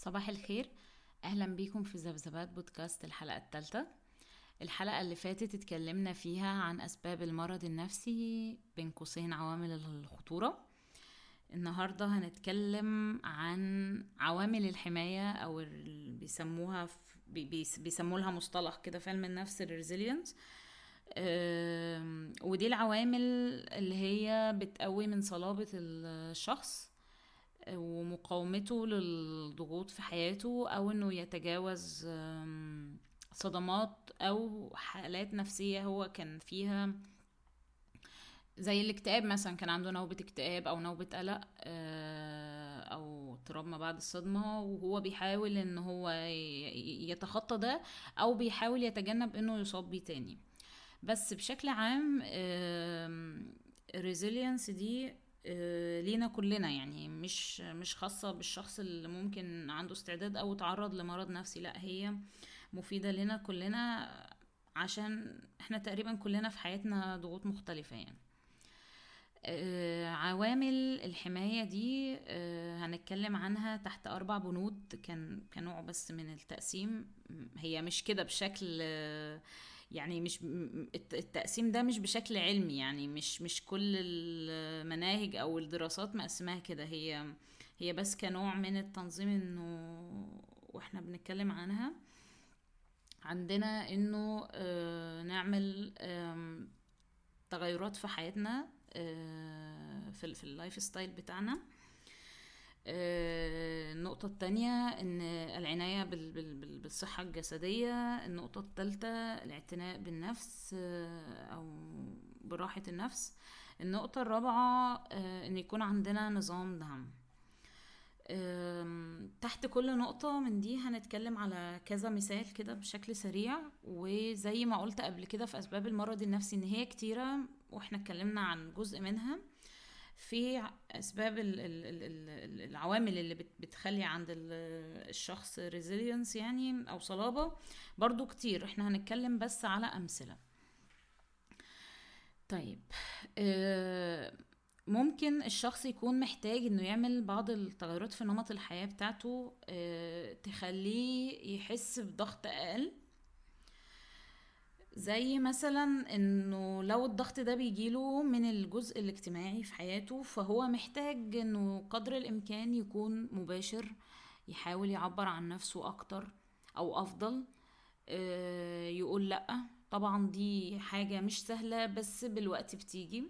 صباح الخير. اهلا بيكم في ذبذبات بودكاست الحلقة الثالثة. الحلقة اللي فاتت اتكلمنا فيها عن اسباب المرض النفسي بين قوسين عوامل الخطورة. النهاردة هنتكلم عن عوامل الحماية او بيسموها بيسموا لها مصطلح كده في علم النفس الريزيلينس. ودي العوامل اللي هي بتقوي من صلابة الشخص ومقاومته للضغوط في حياته او انه يتجاوز صدمات او حالات نفسية هو كان فيها، زي الاكتئاب مثلا. كان عنده نوبة اكتئاب او نوبة قلق او اضطراب ما بعد الصدمة، وهو بيحاول ان هو يتخطى ده او بيحاول يتجنب انه يصاب بيه تاني. بس بشكل عام الريزيلينس دي لينا كلنا، يعني مش خاصة بالشخص اللي ممكن عنده استعداد او تعرض لمرض نفسي، لا هي مفيدة لنا كلنا عشان احنا تقريبا كلنا في حياتنا ضغوط مختلفة يعني. عوامل الحماية دي هنتكلم عنها تحت 4 بنود كنوع بس من التقسيم. هي مش كده بشكل يعني مش التقسيم ده مش بشكل علمي، يعني مش كل المناهج او الدراسات مقسماها كده. هي بس كنوع من التنظيم، انه واحنا بنتكلم عنها عندنا انه نعمل تغيرات في حياتنا في اللايف ستايل بتاعنا. النقطة التانية ان العناية بالصحة الجسدية. النقطة التالتة الاعتناء بالنفس او براحة النفس. النقطة الرابعة ان يكون عندنا نظام دعم. تحت كل نقطة من دي هنتكلم على كذا مثال كده بشكل سريع. وزي ما قلت قبل كده في أسباب المرض النفسي إن هي كتيرة، وإحنا اتكلمنا عن جزء منها. في أسباب العوامل اللي بتخلي عند الشخص resilience يعني أو صلابة برضو كتير. إحنا هنتكلم بس على أمثلة. طيب، ممكن الشخص يكون محتاج انه يعمل بعض التغيرات في نمط الحياة بتاعته تخليه يحس بضغط اقل. زي مثلا انه لو الضغط ده بيجيله من الجزء الاجتماعي في حياته، فهو محتاج انه قدر الامكان يكون مباشر، يحاول يعبر عن نفسه اكتر او افضل. يقول لأ. طبعا دي حاجة مش سهلة بس بالوقت بتيجي.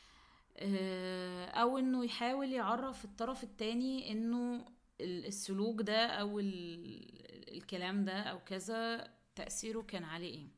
او انه يحاول يعرف الطرف التاني انه السلوك ده او الكلام ده او كذا تأثيره كان عليه ايه.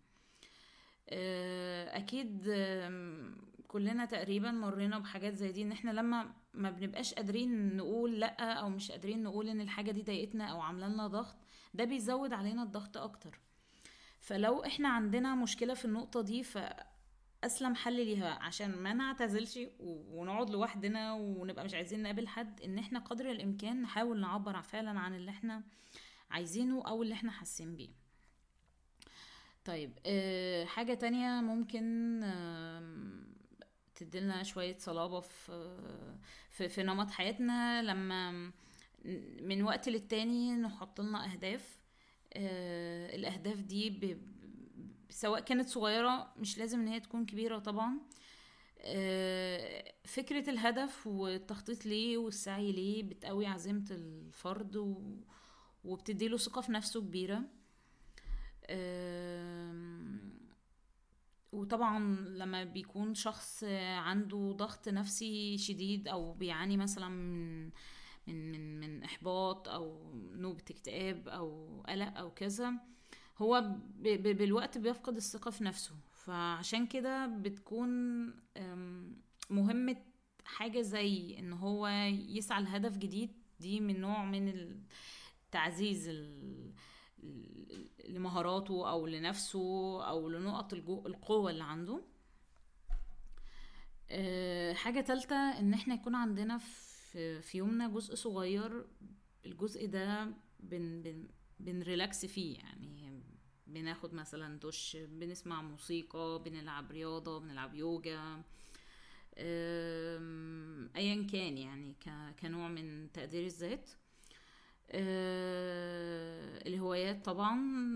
اكيد كلنا تقريبا مرينا بحاجات زي دي، ان احنا لما ما بنبقاش قادرين نقول لا او مش قادرين نقول ان الحاجة دي ضايقتنا او عامله لنا ضغط، ده بيزود علينا الضغط اكتر. فلو احنا عندنا مشكلة في النقطة دي، اسلم حل ليها عشان ما نعتزلش ونقعد لوحدنا ونبقى مش عايزين نقابل حد، ان احنا قدر الامكان نحاول نعبر فعلا عن اللي احنا عايزينه او اللي احنا حاسين بيه. طيب، حاجة تانية ممكن تديلنا شوية صلابة في نمط حياتنا، لما من وقت للتاني نحط لنا اهداف. الاهداف دي سواء كانت صغيرة، مش لازم ان هي تكون كبيرة طبعا. فكرة الهدف والتخطيط ليه والسعي ليه بتقوي عزيمة الفرد وبتديله ثقة في نفسه كبيرة. وطبعا لما بيكون شخص عنده ضغط نفسي شديد او بيعاني مثلا من احباط او نوبة اكتئاب او قلق او كذا، هو بالوقت بيفقد الثقة في نفسه. فعشان كده بتكون مهمة حاجة زي ان هو يسعى لهدف جديد. دي من نوع من تعزيز لمهاراته او لنفسه او لنقط القوة اللي عنده. حاجة تالتة ان احنا يكون عندنا في يومنا جزء صغير. الجزء ده بنريلاكس فيه، يعني بناخد مثلا دش، بنسمع موسيقى، بنلعب رياضة، بنلعب يوجا، ايا كان يعني كنوع من تقدير الذات. الهوايات طبعا.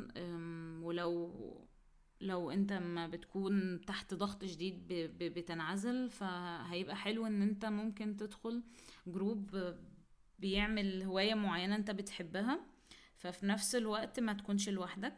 ولو انت ما بتكون تحت ضغط شديد بتنعزل، فهيبقى حلو ان انت ممكن تدخل جروب بيعمل هواية معينة انت بتحبها، ففي نفس الوقت ما تكونش لوحدك.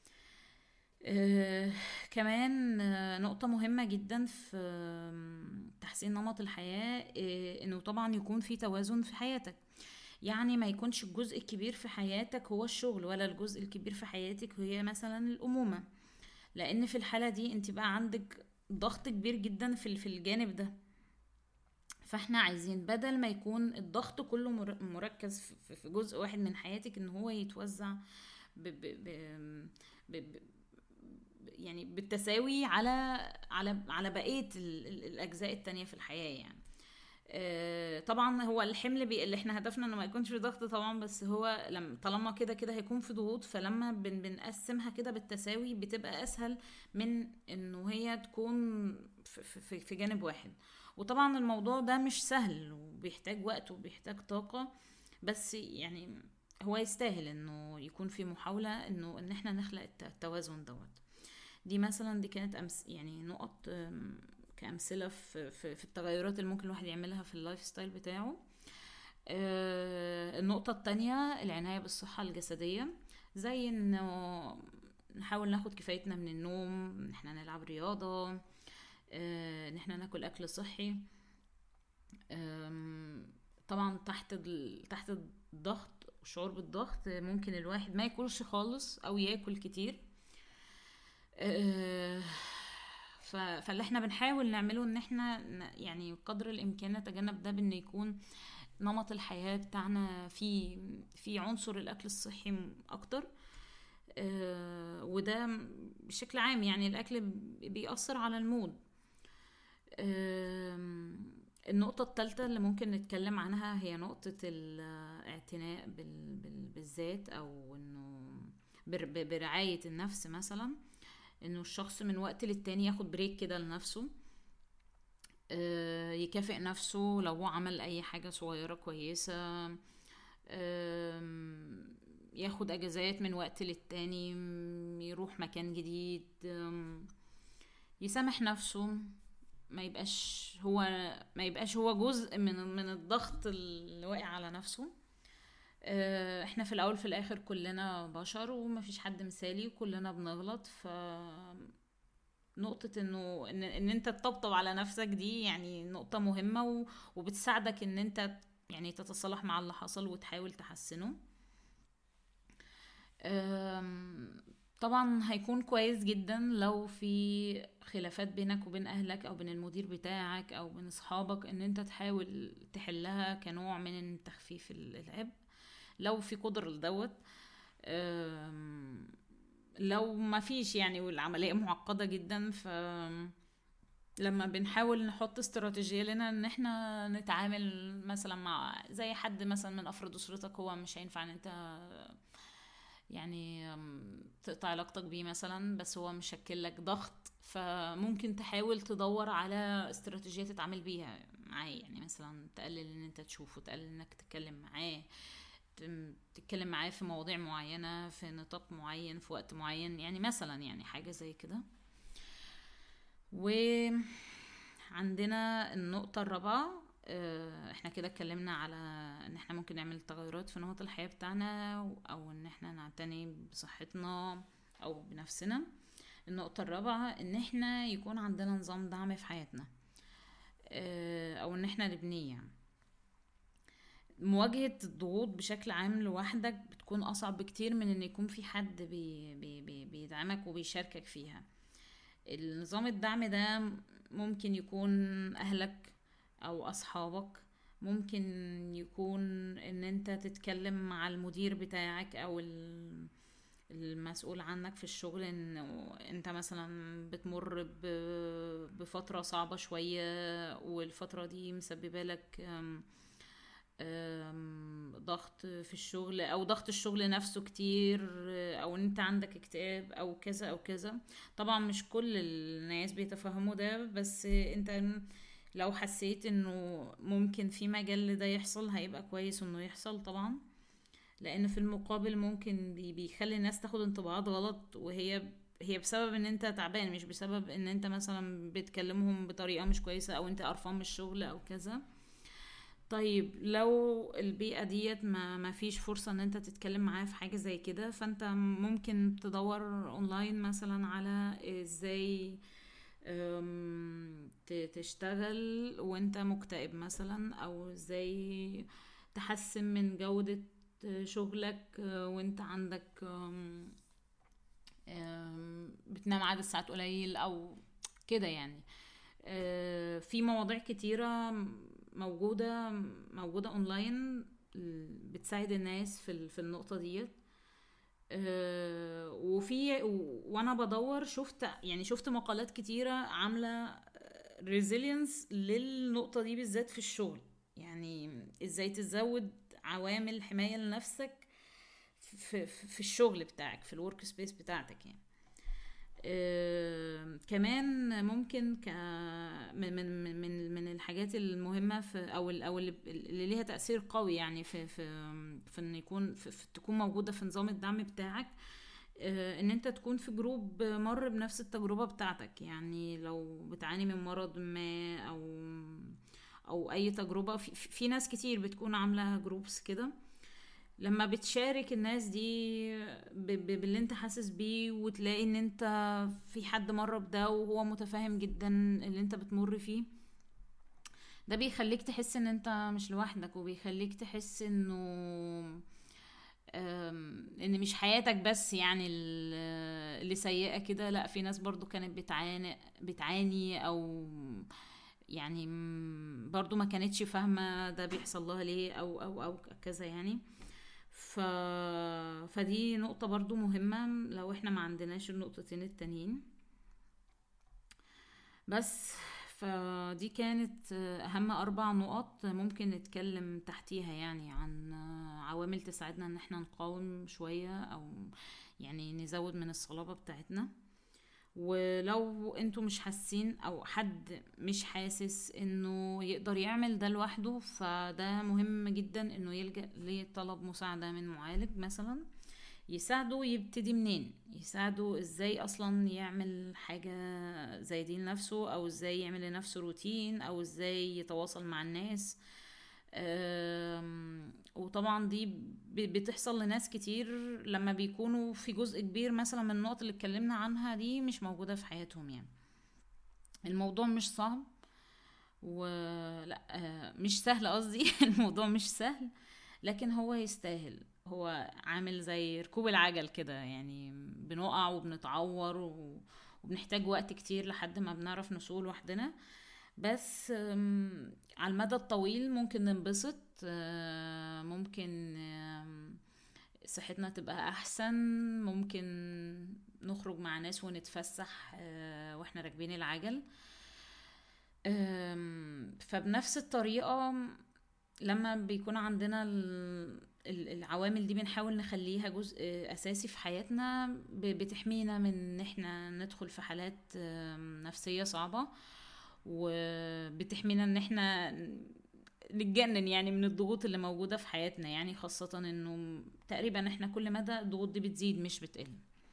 آه، كمان نقطة مهمة جدا في تحسين نمط الحياة، انه طبعا يكون في توازن في حياتك. يعني ما يكونش الجزء الكبير في حياتك هو الشغل، ولا الجزء الكبير في حياتك هي مثلا الأمومة، لأن في الحالة دي انت بقى عندك ضغط كبير جدا في الجانب ده. فاحنا عايزين بدل ما يكون الضغط كله مركز في جزء واحد من حياتك، ان هو يتوزع ب ب ب ب ب يعني بالتساوي على بقية الأجزاء التانية في الحياة يعني. طبعا هو الحمل اللي احنا هدفنا انه ما يكونش في ضغط طبعا، بس هو طالما كده كده هيكون في ضغوط، فلما بنقسمها كده بالتساوي بتبقى اسهل من انه هي تكون في جانب واحد. وطبعا الموضوع ده مش سهل وبيحتاج وقت وبيحتاج طاقة، بس يعني هو يستاهل انه يكون في محاولة ان احنا نخلق التوازن دوت. دي مثلا دي كانت يعني نقط كأمثلة في التغيرات اللي ممكن الواحد يعملها في اللايف ستايل بتاعه. النقطة التانية العناية بالصحة الجسدية، زي انه نحاول ناخد كفايتنا من النوم، ان احنا نلعب رياضة، ان احنا ناكل اكل صحي. طبعا تحت الضغط والشعور بالضغط ممكن الواحد ما ياكلش خالص او ياكل كتير. آه، فاللي احنا بنحاول نعمله ان احنا يعني قدر الامكان نتجنب ده، بان يكون نمط الحياة بتاعنا في عنصر الاكل الصحي اكتر. وده بشكل عام يعني الاكل بيأثر على المود. النقطة الثالثة اللي ممكن نتكلم عنها هي نقطة الاعتناء بالذات، او انه برعاية النفس مثلا، انه الشخص من وقت للتاني ياخد بريك كده لنفسه، يكافئ نفسه لو هو عمل اي حاجة صغيرة كويسة، ياخد اجازات من وقت للتاني، يروح مكان جديد، يسامح نفسه، ما يبقاش هو جزء من الضغط اللي واقع على نفسه. احنا في الاول في الاخر كلنا بشر ومفيش حد مثالي وكلنا بنغلط. نقطة ان انت تطبطب على نفسك دي يعني نقطة مهمة، وبتساعدك ان انت يعني تتصالح مع اللي حصل وتحاول تحسنه. طبعا هيكون كويس جدا لو في خلافات بينك وبين اهلك او بين المدير بتاعك او بين اصحابك، ان انت تحاول تحلها كنوع من تخفيف العبء لو في قدر لدوت. لو ما فيش يعني والعملية معقدة جدا، لما بنحاول نحط استراتيجية لنا ان احنا نتعامل مثلا مع زي حد مثلا من افراد اسرتك، هو مش هينفع ان انت يعني تقطع علاقتك بيه مثلا، بس هو مشكل لك ضغط، فممكن تحاول تدور على استراتيجية تتعامل بيها معاه. يعني مثلا تقلل ان انت تشوفه، تقلل انك تتكلم معاه، تتكلم معاه في مواضيع معينة في نطاق معين في وقت معين، يعني مثلا يعني حاجة زي كده. وعندنا النقطة الرابعة، احنا كده اتكلمنا على ان احنا ممكن نعمل تغيرات في نمط الحياة بتاعنا، او ان احنا نعتني بصحتنا او بنفسنا. النقطة الرابعة ان احنا يكون عندنا نظام دعم في حياتنا، او ان احنا نبنيه يعني. مواجهة الضغوط بشكل عام لوحدك بتكون أصعب بكتير من إن يكون في حد بيدعمك وبيشاركك فيها. النظام الدعم ده ممكن يكون أهلك أو أصحابك، ممكن يكون إن أنت تتكلم مع المدير بتاعك أو المسؤول عنك في الشغل، إن أنت مثلا بتمر بفترة صعبة شوية، والفترة دي مسببة لك ضغط في الشغل او ضغط الشغل نفسه كتير، او ان انت عندك اكتئاب او كذا او كذا. طبعا مش كل الناس بيتفهموا ده، بس انت لو حسيت انه ممكن في مجال لده يحصل هيبقى كويس انه يحصل طبعا. لان في المقابل ممكن بيخلي الناس تاخد انطباعات غلط، هي بسبب ان انت تعبان، مش بسبب ان انت مثلا بتكلمهم بطريقة مش كويسة او انت قرفان من الشغل او كذا. طيب لو البيئة ديت ما فيش فرصة ان انت تتكلم معاه في حاجة زي كده، فانت ممكن تدور اونلاين مثلا على ازاي تشتغل وانت مكتئب مثلا، او ازاي تحسن من جودة شغلك وانت عندك بتنام عدد ساعات قليل او كده يعني. في مواضيع كتيرة موجودة اونلاين بتساعد الناس في النقطة ديت. وانا بدور شفت مقالات كتيرة عاملة ريزيلينس للنقطة دي بالذات في الشغل، يعني ازاي تزود عوامل حماية لنفسك في الشغل بتاعك، في الورك سبيس بتاعتك يعني. كمان ممكن من الحاجات المهمة او اللي ليها تأثير قوي يعني في ان يكون تكون موجودة في نظام الدعم بتاعك، ان انت تكون في جروب مر بنفس التجربة بتاعتك. يعني لو بتعاني من مرض ما او اي تجربة، في ناس كتير بتكون عاملة جروبس كده، لما بتشارك الناس دي باللي انت حاسس بيه، وتلاقي ان انت في حد مر بده وهو متفاهم جدا اللي انت بتمر فيه، ده بيخليك تحس ان انت مش لوحدك، وبيخليك تحس ان مش حياتك بس يعني اللي سيئة كده، لا في ناس برضو كانت بتعاني او يعني برضو ما كانتش فاهمة ده بيحصل لها ليه او كذا يعني. ف... فدي نقطة برضو مهمة لو احنا ما عندناش النقطتين التانيين. بس فدي كانت اهم 4 نقط ممكن نتكلم تحتيها، يعني عن عوامل تساعدنا ان احنا نقاوم شوية، او يعني نزود من الصلابة بتاعتنا. ولو انتوا مش حاسين او حد مش حاسس انه يقدر يعمل ده لوحده، فده مهم جدا انه يلجأ لطلب مساعدة من معالج مثلا، يساعده يبتدي منين، يساعده ازاي اصلا يعمل حاجة زي دي لنفسه، او ازاي يعمل لنفسه روتين، او ازاي يتواصل مع الناس. وطبعا دي بتحصل لناس كتير لما بيكونوا في جزء كبير مثلا من النقط اللي اتكلمنا عنها دي مش موجودة في حياتهم يعني. الموضوع مش صعب، ولا مش سهل قصدي الموضوع مش سهل، لكن هو يستاهل. هو عامل زي ركوب العجل كده، يعني بنقع وبنتعور وبنحتاج وقت كتير لحد ما بنعرف نسوق لوحدنا. بس على المدى الطويل ممكن ننبسط، ممكن صحتنا تبقى احسن، ممكن نخرج مع ناس ونتفسح واحنا راكبين العجل. فبنفس الطريقة لما بيكون عندنا العوامل دي بنحاول نخليها جزء اساسي في حياتنا، بتحمينا من ان احنا ندخل في حالات نفسية صعبة، وبتحمينا ان احنا نتجنن يعني من الضغوط اللي موجودة في حياتنا، يعني خاصة انه تقريبا احنا كل مدى الضغوط دي بتزيد مش بتقل.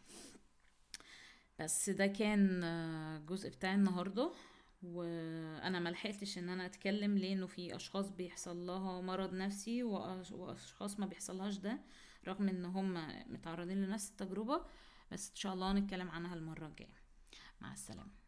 بس ده كان الجزء بتاع النهاردة. وانا ما لحقتش ان انا اتكلم ليه انه في اشخاص بيحصل لها مرض نفسي واشخاص ما بيحصلهاش ده، رغم ان هم متعرضين لنفس التجربة. بس ان شاء الله نتكلم عنها المرة الجاية. مع السلامة.